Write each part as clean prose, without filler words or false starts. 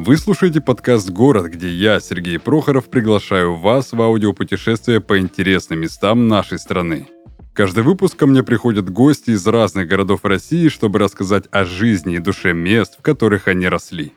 Вы слушаете подкаст «Город», где я, Сергей Прохоров, приглашаю вас в аудиопутешествие по интересным местам нашей страны. Каждый выпуск ко мне приходят гости из разных городов России, чтобы рассказать о жизни и душе мест, в которых они росли.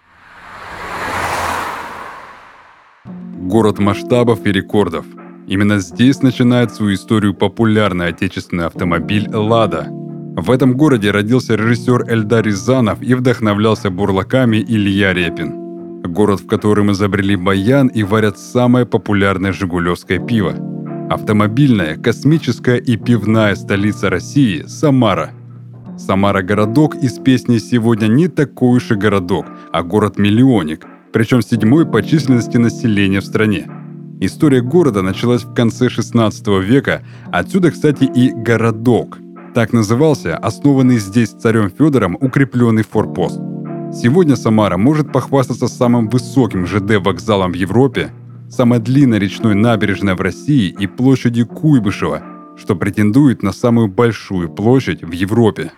Город масштабов и рекордов. Именно здесь начинает свою историю популярный отечественный автомобиль «Лада». В этом городе родился режиссер Эльдар Рязанов и вдохновлялся бурлаками Илья Репин. Город, в котором изобрели баян и варят самое популярное жигулевское пиво. Автомобильная, космическая и пивная столица России – Самара. Самара – городок из песни «Сегодня не такой уж и городок», а город-миллионник, причем 7-й по численности населения в стране. История города началась в конце 16 века, отсюда, кстати, и городок. Так назывался основанный здесь царем Федором укрепленный форпост. Сегодня Самара может похвастаться самым высоким ЖД-вокзалом в Европе, самой длинной речной набережной в России и площадью Куйбышева, что претендует на самую большую площадь в Европе.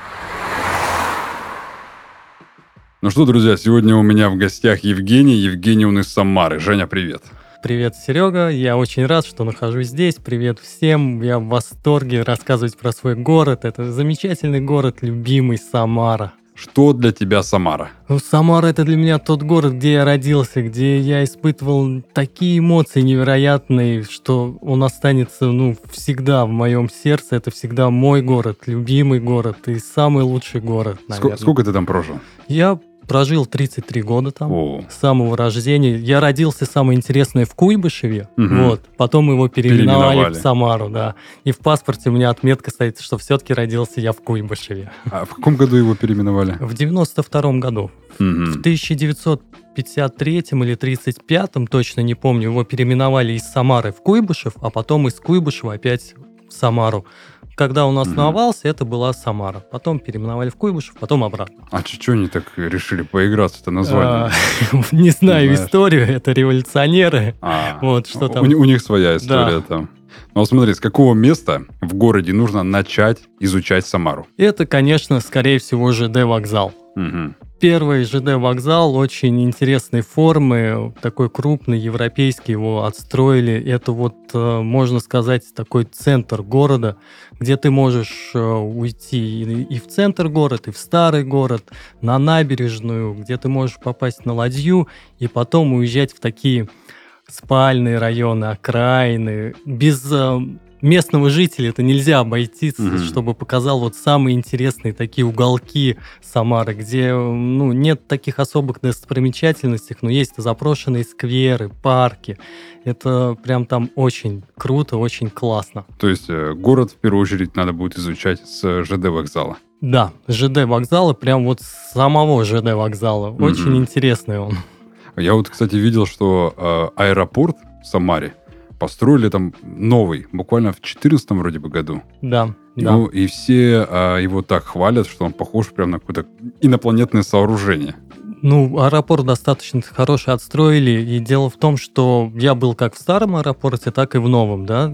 Ну что, друзья, сегодня у меня в гостях Евгений, он из Самары. Женя, привет. Привет, Серега. Я очень рад, что нахожусь здесь. Привет всем. Я в восторге рассказывать про свой город. Это замечательный город, любимый Самара. Что для тебя Самара? Самара — это для меня тот город, где я родился, где я испытывал такие эмоции невероятные, что он останется, всегда в моем сердце. Это всегда мой город, любимый город и самый лучший город, наверное. Сколько ты там прожил? Я прожил 33 года там, О. с самого рождения. Я родился, самое интересное, в Куйбышеве, потом его переименовали в Самару, да. И в паспорте у меня отметка стоит, что все-таки родился я в Куйбышеве. А в каком году его переименовали? В 92-м году. В 1953-м или 35-м, точно не помню, его переименовали из Самары в Куйбышев, а потом из Куйбышева опять в Самару. Когда он основался, это была Самара. Потом переименовали в Куйбышев, потом обратно. А что они так решили поиграться-то названием? Не знаю историю, это революционеры. Что там. У них своя история там. Но смотри, с какого места в городе нужно начать изучать Самару? Это, конечно, скорее всего, ЖД-вокзал. Первый ЖД-вокзал очень интересной формы, такой крупный, европейский, его отстроили. Это можно сказать, такой центр города, где ты можешь уйти и в центр города, и в старый город, на набережную, где ты можешь попасть на ладью и потом уезжать в такие спальные районы, окраины. Без местного жителя это нельзя обойти, чтобы показал самые интересные такие уголки Самары, где нет таких особых достопримечательностей, но есть заброшенные скверы, парки. Это прям там очень круто, очень классно. То есть город в первую очередь надо будет изучать с ЖД-вокзала? Да, с ЖД-вокзала, прям с самого ЖД-вокзала. Очень интересный он. Я кстати, видел, что аэропорт в Самаре построили там новый, буквально в 2014 вроде бы году. Да. И все его так хвалят, что он похож прям на какое-то инопланетное сооружение. Аэропорт достаточно хороший отстроили, и дело в том, что я был как в старом аэропорте, так и в новом, да.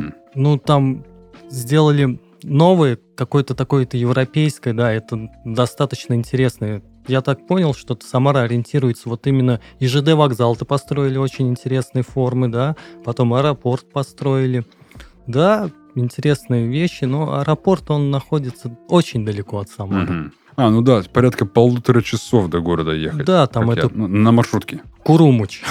Там сделали новое, какое-то такое-то европейское, да, это достаточно интересное. Я так понял, что Самара ориентируется именно и ЖД-вокзал-то построили очень интересные формы, да, потом аэропорт построили. Да, интересные вещи, но аэропорт, он находится очень далеко от Самары. Порядка 1,5 часов до города ехать. Да, там это... на маршрутке. Курумуч.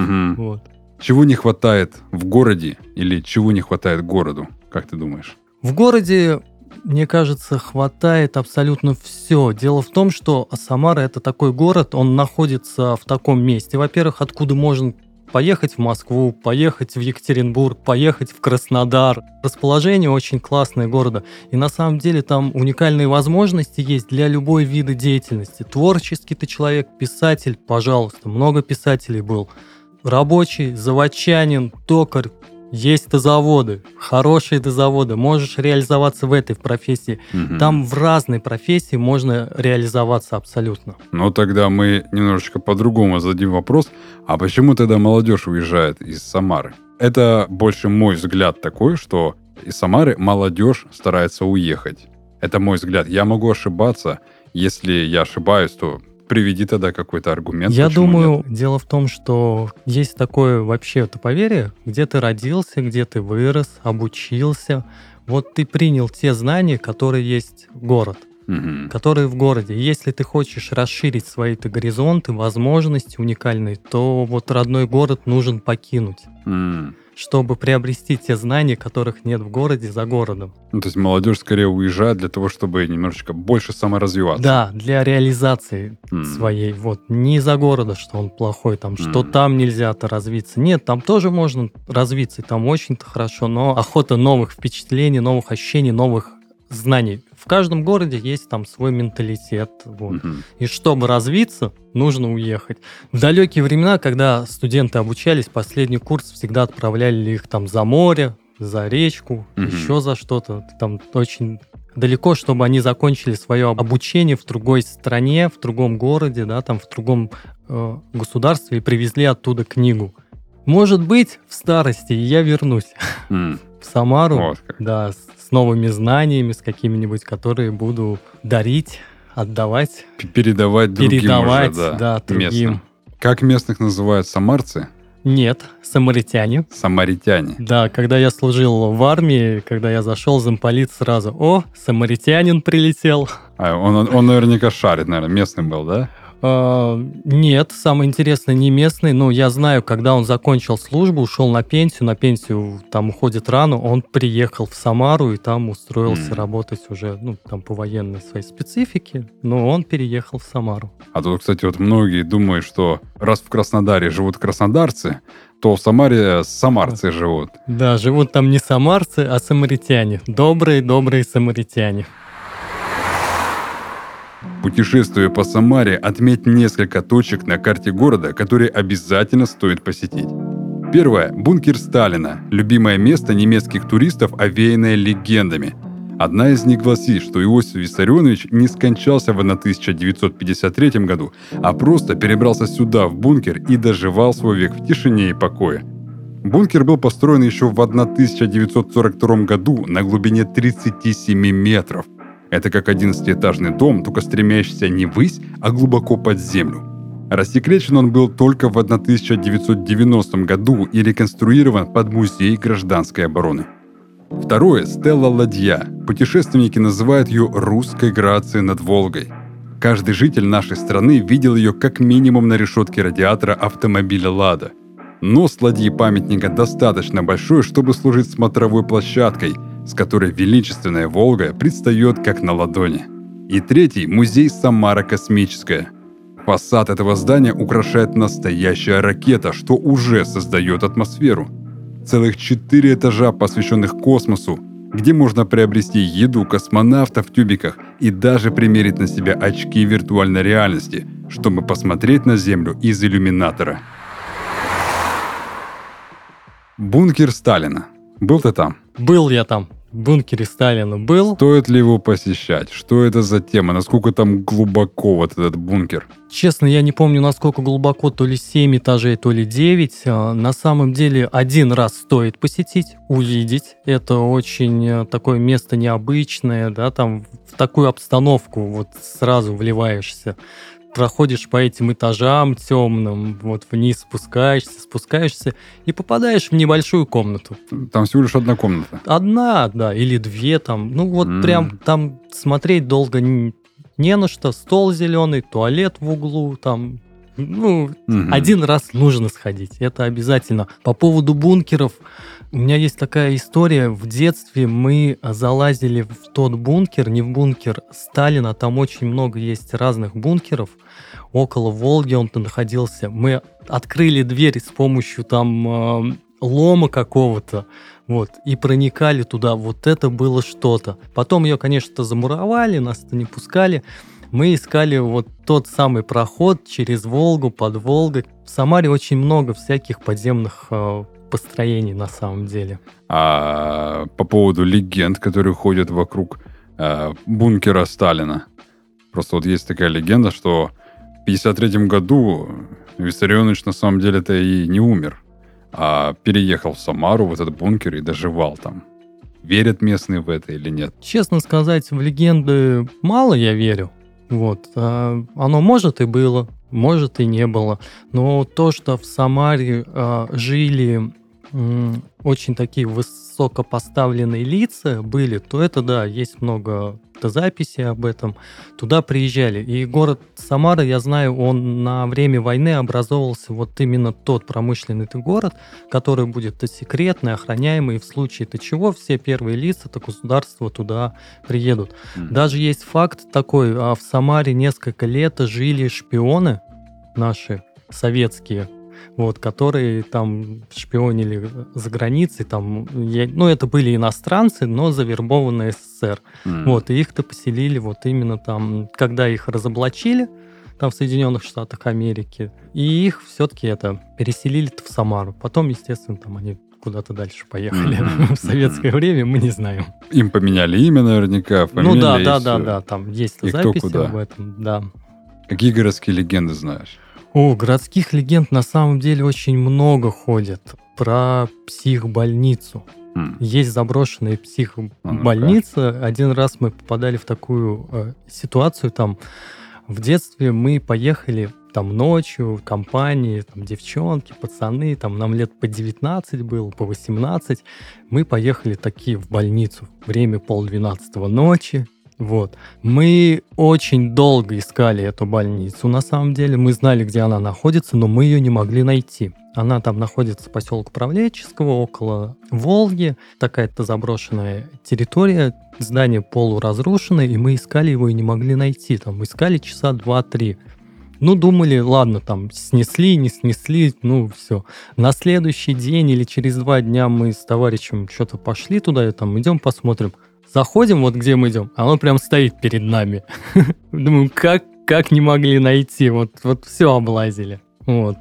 Чего не хватает в городе или чего не хватает городу, как ты думаешь? В городе, мне кажется, хватает абсолютно все. Дело в том, что Самара — это такой город, он находится в таком месте. Во-первых, откуда можно поехать в Москву, поехать в Екатеринбург, поехать в Краснодар. Расположение очень классное города. И на самом деле там уникальные возможности есть для любой вида деятельности. Творческий ты человек, писатель, пожалуйста, много писателей был. Рабочий, заводчанин, токарь. Есть заводы, хорошие заводы, можешь реализоваться в этой профессии. Там в разной профессии можно реализоваться абсолютно. Тогда мы немножечко по-другому зададим вопрос. А почему тогда молодежь уезжает из Самары? Это больше мой взгляд такой, что из Самары молодежь старается уехать. Это мой взгляд. Я могу ошибаться. Если я ошибаюсь, то приведи тогда какой-то аргумент. Я думаю, нет. дело в том, что есть такое вообще-то поверье, где ты родился, где ты вырос, обучился. Вот ты принял те знания, которые есть город, которые в городе. И если ты хочешь расширить свои-то горизонты, возможности уникальные, то вот родной город нужен покинуть, чтобы приобрести те знания, которых нет в городе за городом. Ну, то есть молодежь скорее уезжает для того, чтобы немножечко больше саморазвиваться. Да, для реализации своей. Вот не из-за города, что он плохой, там, что там нельзя-то развиться. Нет, там тоже можно развиться, там очень-то хорошо, но охота новых впечатлений, новых ощущений, новых знаний. В каждом городе есть там свой менталитет. Вот. И чтобы развиться, нужно уехать. В далекие времена, когда студенты обучались, последний курс всегда отправляли их там за море, за речку, еще за что-то. Там очень далеко, чтобы они закончили свое обучение в другой стране, в другом городе, да, там в другом государстве и привезли оттуда книгу. Может быть, в старости я вернусь в Самару, Вот как. да, с новыми знаниями, с какими-нибудь, которые буду дарить, отдавать. Передавать другим Передавать, уже, да, другим. местным. Как местных называют, самарцы? Нет, самаритяне. Самаритяне. Да, когда я служил в армии, когда я зашел, замполит сразу: «О, самаритянин прилетел». Он наверняка шарит, наверное, местный был, да? Нет, самое интересное, не местный. Но я знаю, когда он закончил службу, ушел на пенсию там уходит рано, он приехал в Самару и там устроился работать уже, там по военной своей специфике, но он переехал в Самару. А тут, кстати, вот многие думают, что раз в Краснодаре живут краснодарцы, то в Самаре самарцы живут. Да, живут там не самарцы, а самаритяне. Добрые самаритяне. Путешествуя по Самаре, отметь несколько точек на карте города, которые обязательно стоит посетить. Первое. Бункер Сталина. Любимое место немецких туристов, овеянное легендами. Одна из них гласит, что Иосиф Виссарионович не скончался в 1953 году, а просто перебрался сюда, в бункер, и доживал свой век в тишине и покое. Бункер был построен еще в 1942 году на глубине 37 метров. Это как 11-этажный дом, только стремящийся не ввысь, а глубоко под землю. Рассекречен он был только в 1990 году и реконструирован под музей гражданской обороны. Второе – Стелла Ладья. Путешественники называют ее «русской Грацией над Волгой». Каждый житель нашей страны видел ее как минимум на решетке радиатора автомобиля «Лада». Нос ладьи памятника достаточно большой, чтобы служить смотровой площадкой, с которой величественная Волга предстает как на ладони. И третий – музей «Самара Космическая». Фасад этого здания украшает настоящая ракета, что уже создает атмосферу. Целых 4 этажа, посвященных космосу, где можно приобрести еду космонавтов в тюбиках и даже примерить на себя очки виртуальной реальности, чтобы посмотреть на Землю из иллюминатора. Бункер Сталина. Был ты там? Был я там. В бункере Сталина был. Стоит ли его посещать? Что это за тема? Насколько там глубоко вот этот бункер? Честно, я не помню, насколько глубоко, то ли 7 этажей, то ли 9. На самом деле, один раз стоит посетить, увидеть. Это очень такое место необычное, да, там в такую обстановку вот сразу вливаешься. Проходишь по этим этажам темным, вот вниз спускаешься и попадаешь в небольшую комнату. Там всего лишь одна комната? Одна, да, или 2 там. Прям там смотреть долго не на что. Стол зеленый, туалет в углу, там. Один раз нужно сходить, это обязательно. По поводу бункеров, у меня есть такая история. В детстве мы залазили в тот бункер, не в бункер Сталина, там очень много есть разных бункеров. Около Волги он-то находился. Мы открыли дверь с помощью там лома какого-то, вот, и проникали туда. Вот это было что-то. Потом ее, конечно, замуровали, нас-то не пускали. Мы искали вот тот самый проход через Волгу, под Волгой. В Самаре очень много всяких подземных построений на самом деле. А по поводу легенд, которые ходят вокруг бункера Сталина. Просто вот есть такая легенда, что в 1953 году Виссарионович на самом деле-то и не умер, а переехал в Самару, в этот бункер, и доживал там. Верят местные в это или нет? Честно сказать, в легенды мало я верю. Вот. Оно может и было, может и не было. Но то, что в Самаре жили очень такие высокопоставленные лица были, то это да, есть много записей об этом. Туда приезжали. И город Самара, я знаю, он на время войны образовывался вот именно тот промышленный город, который будет секретный, охраняемый, и в случае-то чего все первые лица-то государства туда приедут. Даже есть факт такой, в Самаре несколько лет жили шпионы наши, советские, вот, которые там шпионили за границей, там, это были иностранцы, но завербованные СССР. Вот, и их-то поселили вот именно там, когда их разоблачили, там в Соединенных Штатах Америки, и их все-таки переселили в Самару. Потом, естественно, там они куда-то дальше поехали в советское время, мы не знаем. Им поменяли имя наверняка, фамилия. Да, там есть записи об этом, да. Какие городские легенды знаешь? Городских легенд на самом деле очень много ходит. Про психбольницу. Есть заброшенная психбольница. Один раз мы попадали в такую ситуацию. Там в детстве мы поехали там ночью, в компании, там девчонки, пацаны, там нам лет по 19 было, по 18. Мы поехали такие в больницу. Время 11:30 ночи. Вот. Мы очень долго искали эту больницу. На самом деле мы знали, где она находится, но мы ее не могли найти. Она там находится, поселок Правлеческого, около Волги. Такая-то заброшенная территория. Здание полуразрушенное, и мы искали его и не могли найти. Там искали часа 2-3. Думали, ладно, там снесли, не снесли, все. На следующий день или через 2 дня мы с товарищем что-то пошли туда, и там идем посмотрим. Заходим, вот где мы идем, а оно прям стоит перед нами. Думаю, как не могли найти, вот все облазили. Вот.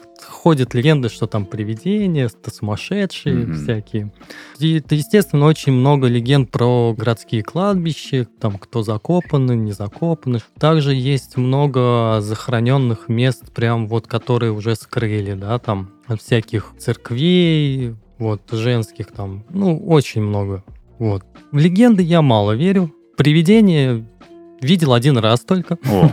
Ходят легенды, что там привидения, сумасшедшие всякие. И, естественно, очень много легенд про городские кладбища, там кто закопаны, не закопаны. Также есть много захороненных мест, прям вот, которые уже скрыли, да, там от всяких церквей, вот, женских там, очень много. Вот. В легенды я мало верю. Привидения видел один раз только.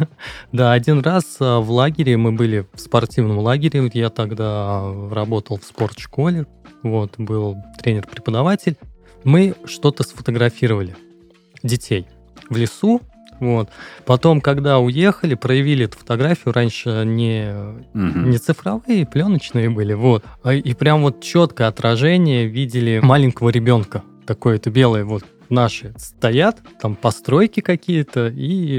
Да, один раз в лагере, мы были в спортивном лагере, я тогда работал в спортшколе, вот, был тренер-преподаватель. Мы что-то сфотографировали, детей, в лесу, вот. Потом, когда уехали, проявили эту фотографию, раньше не цифровые, пленочные были, вот. И прям вот четкое отражение видели маленького ребенка. Такое-то белое, вот наши стоят, там постройки какие-то, и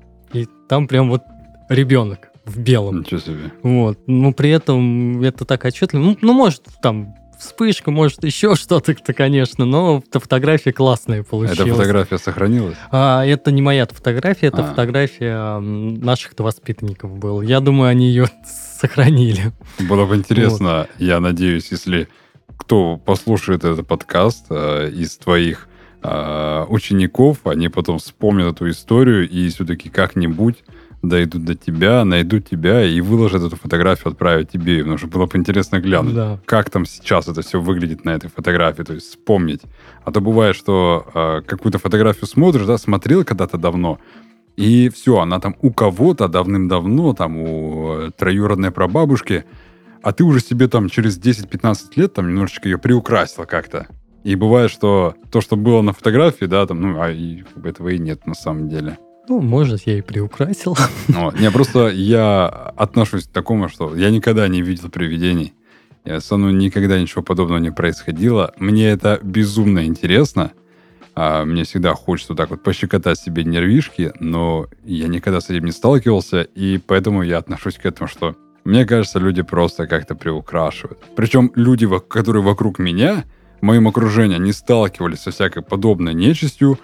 там прям вот ребенок в белом. Ничего себе. Вот. Но при этом это так отчетливо. Может, там вспышка, может, еще что-то, конечно, но фотография классная получилась. Эта фотография сохранилась? Это не моя фотография, это фотография наших воспитанников была. Я думаю, они ее сохранили. Было бы интересно, я надеюсь, если кто послушает этот подкаст из твоих учеников, они потом вспомнят эту историю и все-таки как-нибудь дойдут до тебя, найдут тебя и выложат эту фотографию, отправят тебе. Потому что было бы интересно глянуть, как там сейчас это все выглядит на этой фотографии, то есть вспомнить. А то бывает, что какую-то фотографию смотришь, да, смотрел когда-то давно, и все, она там у кого-то давным-давно, там у троюродной прабабушки, а ты уже себе там через 10-15 лет там немножечко ее приукрасил как-то. И бывает, что то, что было на фотографии, да, там, этого и нет на самом деле. Может, я и приукрасил. Просто я отношусь к такому, что я никогда не видел привидений. Со мной никогда ничего подобного не происходило. Мне это безумно интересно. Мне всегда хочется так вот пощекотать себе нервишки, но я никогда с этим не сталкивался, и поэтому я отношусь к этому, что мне кажется, люди просто как-то приукрашивают. Причем люди, которые вокруг меня, в моем окружении, не сталкивались со всякой подобной нечистью,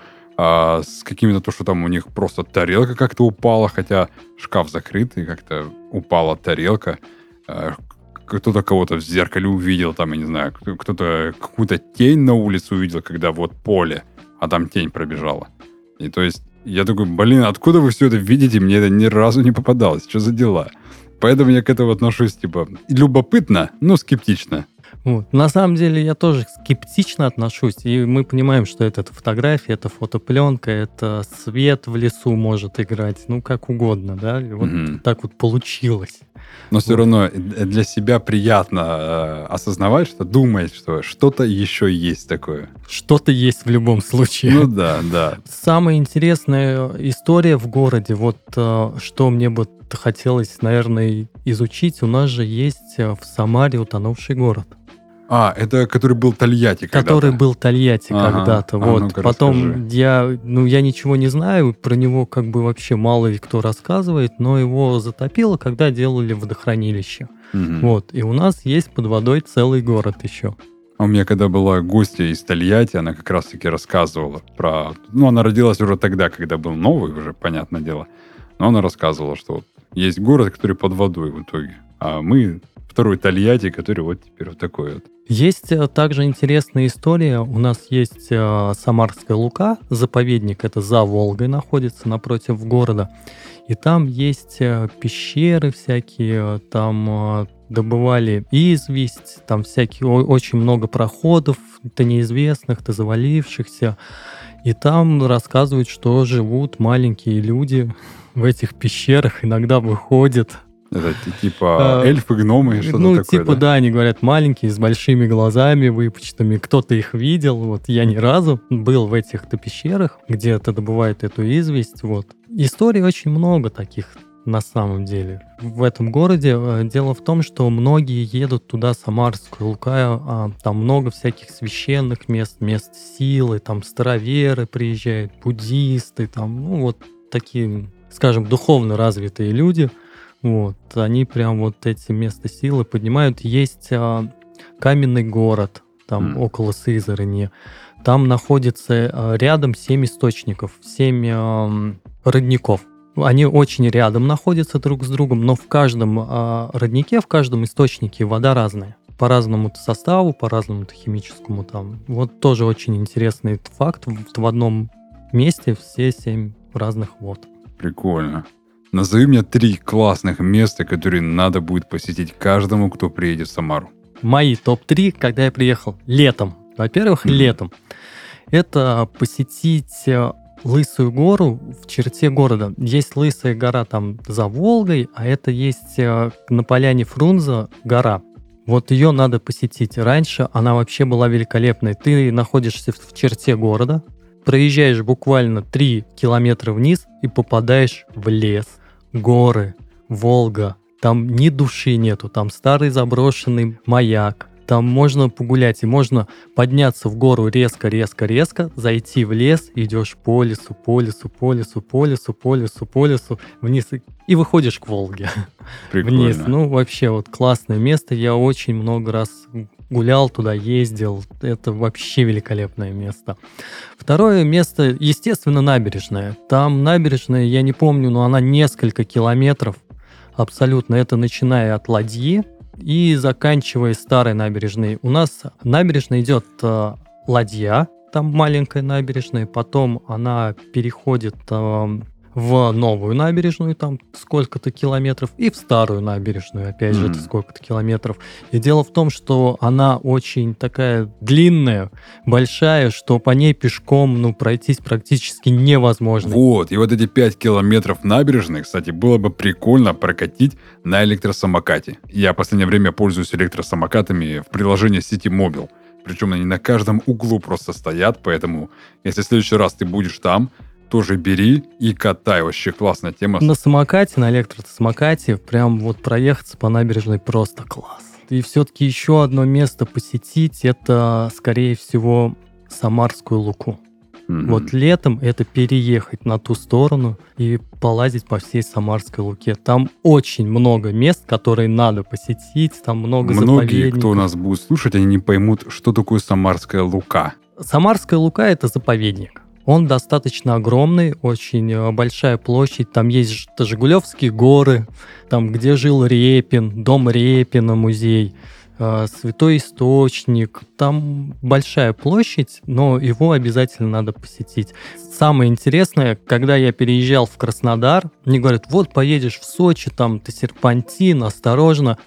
с какими-то то, что там у них просто тарелка как-то упала, хотя шкаф закрытый, как-то упала тарелка. Кто-то кого-то в зеркале увидел, там, я не знаю, кто-то какую-то тень на улице увидел, когда вот поле, а там тень пробежала. И то есть я такой, откуда вы все это видите? Мне это ни разу не попадалось. Что за дела? Поэтому я к этому отношусь, любопытно, но скептично. Вот. На самом деле я тоже скептично отношусь, и мы понимаем, что это фотография, это фотопленка, это свет в лесу может играть, ну, как угодно, да, и вот так вот получилось. Но все равно для себя приятно осознавать, что думать, что что-то еще есть такое. Что-то есть в любом случае. Ну да. Самая интересная история в городе, вот что мне бы хотелось, наверное, изучить, у нас же есть в Самаре утонувший город. Это который был Тольятти когда-то. Который был Тольятти когда-то. Вот. Ну-ка, потом я ничего не знаю, про него как бы вообще мало ли кто рассказывает, но его затопило, когда делали водохранилище. Вот. И у нас есть под водой целый город еще. У меня когда была гостья из Тольятти, она как раз-таки рассказывала про... Ну, она родилась уже тогда, когда был новый уже, понятное дело. Но она рассказывала, что вот есть город, который под водой в итоге. А мы... Второй Тольятти, который вот теперь вот такой вот. Есть также интересная история. У нас есть Самарская Лука, заповедник, это за Волгой находится, напротив города. И там есть пещеры всякие, там добывали известь, там всякие, очень много проходов, то неизвестных, то завалившихся. И там рассказывают, что живут маленькие люди в этих пещерах, иногда выходят. Это типа эльфы, гномы, что-то такое, типа, да, они говорят, маленькие, с большими глазами выпученными. Кто-то их видел, вот я ни разу был в этих-то пещерах, где-то добывают эту известь, вот. Историй очень много таких на самом деле. В этом городе дело в том, что многие едут туда, Самарскую Лука, там много всяких священных мест силы, там староверы приезжают, буддисты, там, ну, вот такие, скажем, духовно развитые люди. Вот, они прям вот эти места силы поднимают. Есть каменный город, там около Сызрани. Там находится рядом 7 источников, 7 родников. Они очень рядом находятся друг с другом, но в каждом роднике, в каждом источнике вода разная. По разному составу, по разному химическому там. Вот тоже очень интересный факт. В одном месте все 7 разных вод. Прикольно. Назови мне 3 классных места, которые надо будет посетить каждому, кто приедет в Самару. Мои топ-3, когда я приехал летом. Во-первых, летом. Это посетить Лысую гору в черте города. Есть Лысая гора там за Волгой, а это есть на поляне Фрунзе гора. Вот ее надо посетить. Раньше она вообще была великолепной. Ты находишься в черте города, проезжаешь буквально 3 километра вниз и попадаешь в лес. Горы, Волга, там ни души нету, там старый заброшенный маяк, там можно погулять, и можно подняться в гору резко, зайти в лес, идешь по лесу, вниз, и выходишь к Волге. Прикольно. Вниз. Ну, вообще, вот классное место, я очень много раз гулял туда, ездил, это вообще великолепное место. Второе место, естественно, набережная. Там набережная, я не помню, но она несколько километров абсолютно. Это начиная от Ладьи и заканчивая старой набережной. У нас набережная идет Ладья, там маленькая набережная, потом она переходит в новую набережную, там сколько-то километров, и в старую набережную, опять же, это сколько-то километров. И дело в том, что она очень такая длинная, большая, что по ней пешком, пройтись практически невозможно. Вот, и вот эти 5 километров набережной, кстати, было бы прикольно прокатить на электросамокате. Я в последнее время пользуюсь электросамокатами в приложении Ситимобил. Причем они на каждом углу просто стоят, поэтому если в следующий раз ты будешь там, тоже бери и катай. Вообще классная тема. На самокате, на электросамокате, прям вот проехаться по набережной просто класс. И все-таки еще одно место посетить, это, скорее всего, Самарскую Луку. Вот летом это переехать на ту сторону и полазить по всей Самарской Луке. Там очень много мест, которые надо посетить, там много заповедников. Многие, кто нас будет слушать, они не поймут, что такое Самарская Лука. Самарская Лука – это заповедник. Он достаточно огромный, очень большая площадь. Там есть Жигулевские горы, там, где жил Репин, дом Репина, музей, Святой Источник. Там большая площадь, но его обязательно надо посетить. Самое интересное, когда я переезжал в Краснодар, мне говорят, вот поедешь в Сочи, там ты серпантин, осторожно.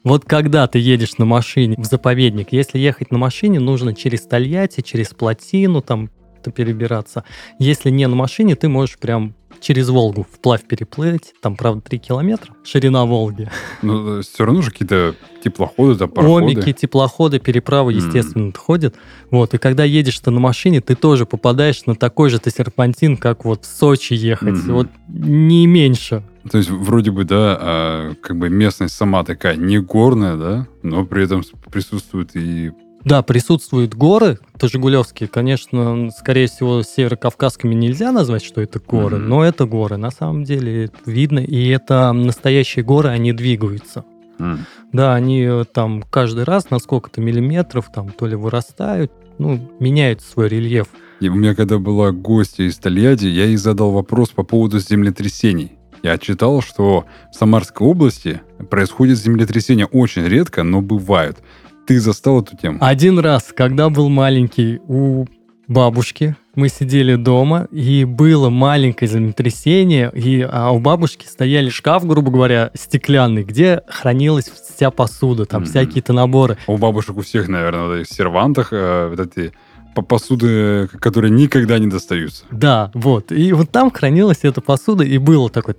Вот когда ты едешь на машине в заповедник, если ехать на машине, нужно через Тольятти, через Плотину там перебираться. Если не на машине, ты можешь прям через Волгу вплавь переплыть. Там, правда, 3 километра ширина Волги. Но все равно же какие-то теплоходы, там, пароходы. Омики, теплоходы, переправы, естественно, ходят. Вот, и когда едешь-то на машине, ты тоже попадаешь на такой же серпантин, как вот в Сочи ехать. Вот не меньше. То есть, вроде бы, да, как бы местность сама такая не горная, да, но при этом присутствует и... Да, присутствуют горы, Жигулевские, конечно, скорее всего, северокавказскими нельзя назвать, что это горы, но это горы, на самом деле видно, и это настоящие горы, они двигаются. Да, они там каждый раз на сколько-то миллиметров там то ли вырастают, меняют свой рельеф. И у меня когда была гостья из Тольятти, я ей задал вопрос по поводу землетрясений. Я читал, что в Самарской области происходит землетрясения очень редко, но бывают. Ты застал эту тему? Один раз, когда был маленький у бабушки, мы сидели дома, и было маленькое землетрясение, а у бабушки стояли шкаф, грубо говоря, стеклянный, где хранилась вся посуда, там всякие-то наборы. У бабушек у всех, наверное, в сервантах вот эти посуды, которые никогда не достаются. Да, вот. И вот там хранилась эта посуда, и было такое...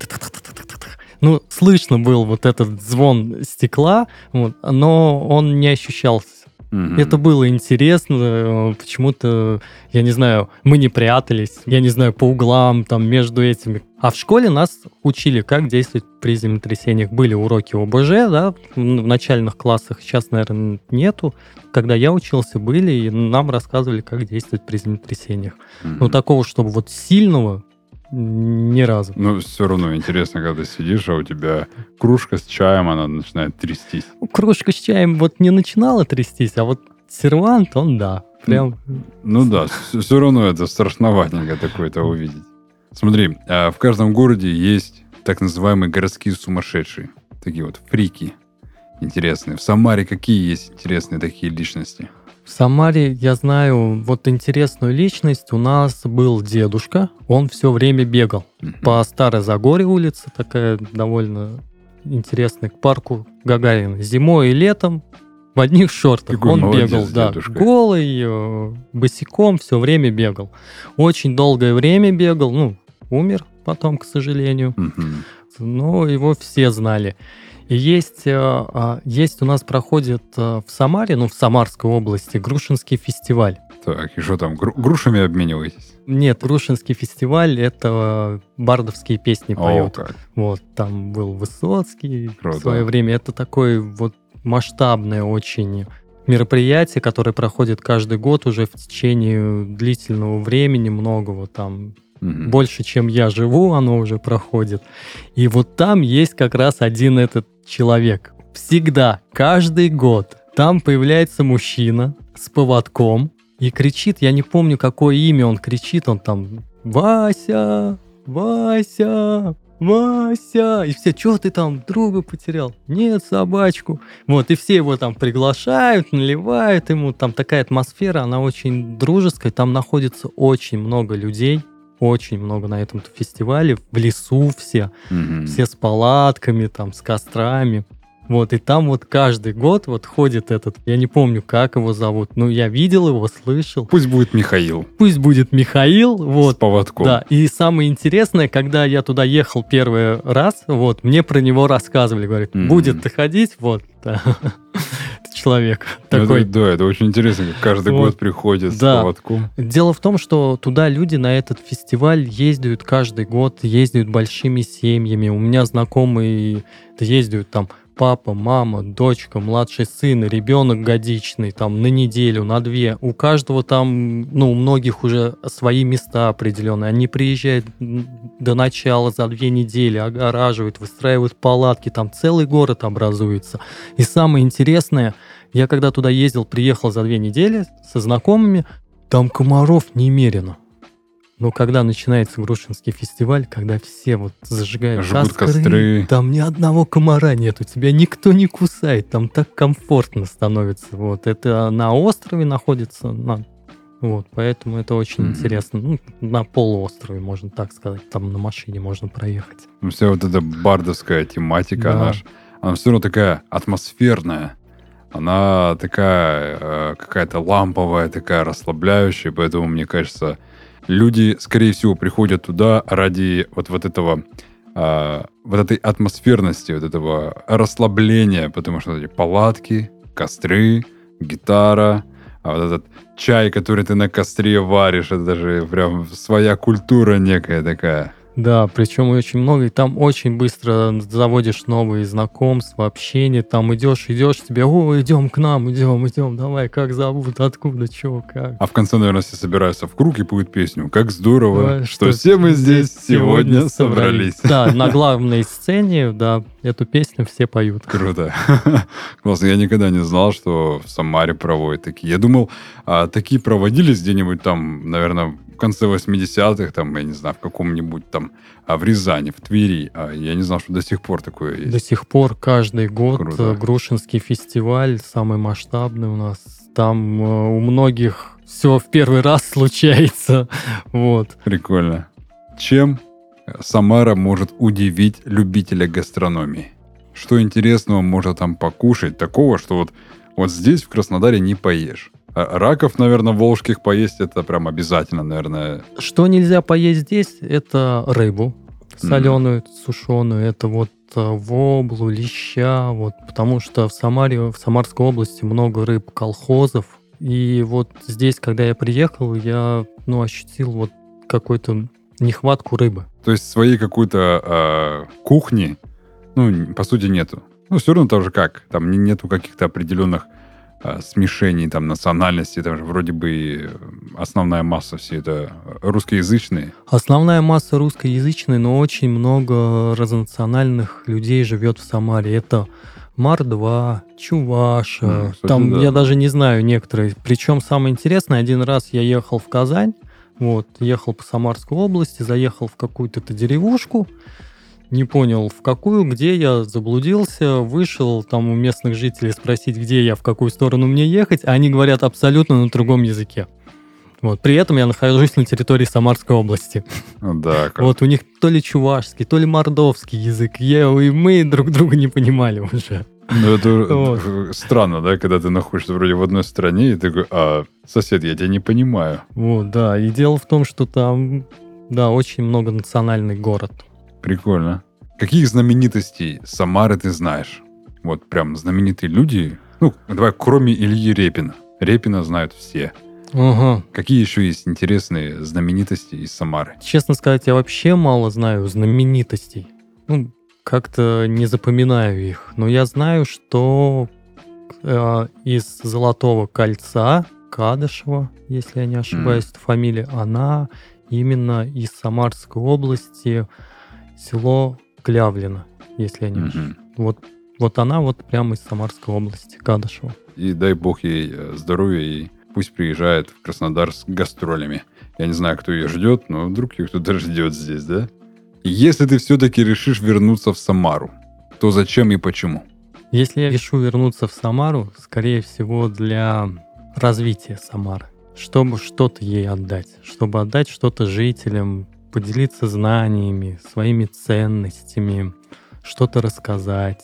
слышно был вот этот звон стекла, но он не ощущался. Это было интересно, почему-то, я не знаю, мы не прятались, я не знаю, по углам, там, между этими. А в школе нас учили, как действовать при землетрясениях. Были уроки ОБЖ, да, в начальных классах, сейчас, наверное, нету. Когда я учился, были, и нам рассказывали, как действовать при землетрясениях. Но такого, чтобы вот сильного, ни разу. Но все равно интересно, когда ты сидишь, а у тебя кружка с чаем, она начинает трястись. Кружка с чаем вот не начинала трястись, а вот сервант, он, да, прям... Да, все равно это страшноватенько такое-то увидеть. Смотри, в каждом городе есть так называемые городские сумасшедшие. Такие вот фрики интересные. В Самаре какие есть интересные такие личности? В Самаре, я знаю, вот интересную личность. У нас был дедушка, он все время бегал. По Старой Загоре улице, такая довольно интересная, к парку Гагарина. Зимой и летом в одних шортах. Какой он бегал, дедушка. Голый, босиком все время бегал. Очень долгое время бегал, умер потом, к сожалению. Но его все знали. И есть у нас проходит в Самаре, в Самарской области, Грушинский фестиваль. Так, и что там, грушами обмениваетесь? Нет, Грушинский фестиваль — это бардовские песни поют. Как. Вот, там был Высоцкий. Круто. В свое время. Это такое вот масштабное очень мероприятие, которое проходит каждый год уже в течение длительного времени, многого там. Больше, чем я живу, оно уже проходит. И вот там есть как раз один этот человек. Всегда, каждый год там появляется мужчина с поводком и кричит, я не помню, какое имя он кричит, он там «Вася! Вася! Вася!» И все, что ты там, друга потерял? Нет, собачку. Вот, и все его там приглашают, наливают ему. Там такая атмосфера, она очень дружеская, там находится очень много людей. Очень много на этом фестивале, в лесу все с палатками, там, с кострами. Вот, и там вот каждый год вот ходит этот, я не помню, как его зовут, я видел его, слышал. Пусть будет Михаил. Пусть будет Михаил, вот. С поводком. Да, и самое интересное, когда я туда ехал первый раз, вот, мне про него рассказывали, говорят, будет ты ходить, вот, да. Человек такой. Это очень интересно, как каждый год приходит с поводком. Дело в том, что туда люди на этот фестиваль ездят каждый год, ездят большими семьями. У меня знакомые ездят там папа, мама, дочка, младший сын, ребенок годичный, там на неделю, на 2. У каждого там, у многих уже свои места определенные. Они приезжают до начала за 2 недели, огораживают, выстраивают палатки, там целый город образуется. И самое интересное, я когда туда ездил, приехал за 2 недели со знакомыми, там комаров немерено. Но когда начинается Грушинский фестиваль, когда все вот зажигают костры, там ни одного комара нету, тебя никто не кусает, там так комфортно становится. Вот это на острове находится, вот, поэтому это очень интересно. На полуострове, можно так сказать, там на машине можно проехать. Вся вот эта бардовская тематика, она все равно такая атмосферная. Она такая какая-то ламповая, такая расслабляющая, поэтому, мне кажется, люди, скорее всего, приходят туда ради вот этого, вот этой атмосферности, вот этого расслабления, потому что эти палатки, костры, гитара, вот этот чай, который ты на костре варишь, это даже прям своя культура некая такая. Да, причем очень много, и там очень быстро заводишь новые знакомства, общение, там идешь, тебе, идем к нам, идем, давай, как зовут, откуда, чего, как. А в конце, наверное, все собираются в круг и поют песню. Как здорово, что все мы здесь сегодня собрались. Да, на главной сцене, да, эту песню все поют. Круто. Классно, я никогда не знал, что в Самаре проводят такие. Я думал, такие проводились где-нибудь там, наверное, в конце 80-х, там, я не знаю, в каком-нибудь там, в Рязани, в Твери. Я не знал, что до сих пор такое есть. До сих пор каждый год Круто. Грушинский фестиваль, самый масштабный у нас. Там у многих все в первый раз случается. Вот. Прикольно. Чем Самара может удивить любителя гастрономии? Что интересного можно там покушать, такого, что вот здесь, в Краснодаре, не поешь? Раков, наверное, волжских поесть это прям обязательно, наверное. Что нельзя поесть здесь, это рыбу соленую, сушеную, это вот воблу, леща, вот, потому что в Самарской области много рыб колхозов, и вот здесь, когда я приехал, я ощутил вот какую-то нехватку рыбы. То есть своей какой-то кухни, по сути, нету. Все равно тоже как, там нету каких-то определенных смешений, там, национальностей, там же вроде бы основная масса все это русскоязычные. Основная масса русскоязычная, но очень много разнонациональных людей живет в Самаре. Это мордва, чуваша, кстати, там да. Я даже не знаю некоторые. Причем самое интересное, один раз я ехал в Казань, ехал по Самарской области, заехал в какую-то деревушку, не понял, в какую, где я заблудился, вышел там у местных жителей спросить, где я, в какую сторону мне ехать, а они говорят абсолютно на другом языке. При этом я нахожусь на территории Самарской области. Да, у них то ли чувашский, то ли мордовский язык, и мы друг друга не понимали уже. Это странно, да, когда ты находишься вроде в одной стране, и ты такой, сосед, я тебя не понимаю. Да, и дело в том, что там, да, очень многонациональный город. Прикольно. Каких знаменитостей Самары ты знаешь? Вот прям знаменитые люди. Давай, кроме Ильи Репина. Репина знают все. Ага. Какие еще есть интересные знаменитости из Самары? Честно сказать, я вообще мало знаю знаменитостей. Как-то не запоминаю их. Но я знаю, что из Золотого кольца Кадышева, если я не ошибаюсь, это фамилия, она именно из Самарской области, село Клявлино, если я не ошибаюсь. Вот она прямо из Самарской области, Кадышева. И дай бог ей здоровья, и пусть приезжает в Краснодар с гастролями. Я не знаю, кто ее ждет, но вдруг ее кто-то ждет здесь, да? Если ты все-таки решишь вернуться в Самару, то зачем и почему? Если я решу вернуться в Самару, скорее всего, для развития Самары. Чтобы что-то ей отдать. Чтобы отдать что-то жителям, поделиться знаниями, своими ценностями, что-то рассказать.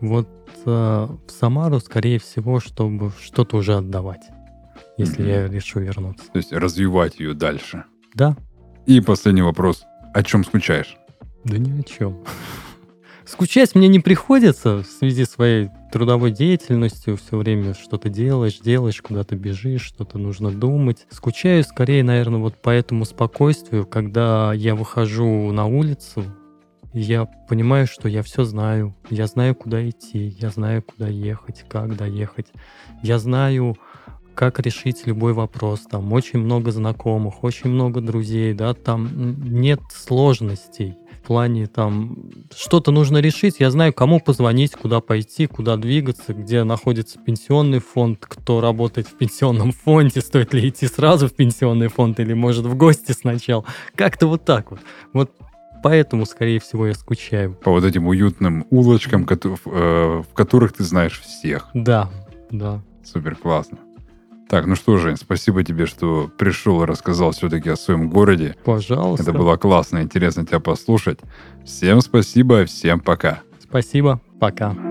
В Самару, скорее всего, чтобы что-то уже отдавать, если я решу вернуться. То есть развивать ее дальше. Да. И последний вопрос. О чем скучаешь? Да ни о чем. Скучать мне не приходится в связи с своей трудовой деятельностью. Все время что-то делаешь, куда-то бежишь, что-то нужно думать. Скучаю скорее, наверное, по этому спокойствию, когда я выхожу на улицу, я понимаю, что я все знаю. Я знаю, куда идти, я знаю, куда ехать, как доехать. Я знаю, как решить любой вопрос. Там очень много знакомых, очень много друзей, да, там нет сложностей. В плане там что-то нужно решить, я знаю, кому позвонить, куда пойти, куда двигаться, где находится пенсионный фонд, кто работает в пенсионном фонде, стоит ли идти сразу в пенсионный фонд или, может, в гости сначала. Как-то так вот. Поэтому, скорее всего, я скучаю. По этим уютным улочкам, в которых ты знаешь всех. Да. Супер, классно. Так, что, Жень, спасибо тебе, что пришел и рассказал все-таки о своем городе. Пожалуйста. Это было классно, интересно тебя послушать. Всем спасибо, всем пока. Спасибо, пока.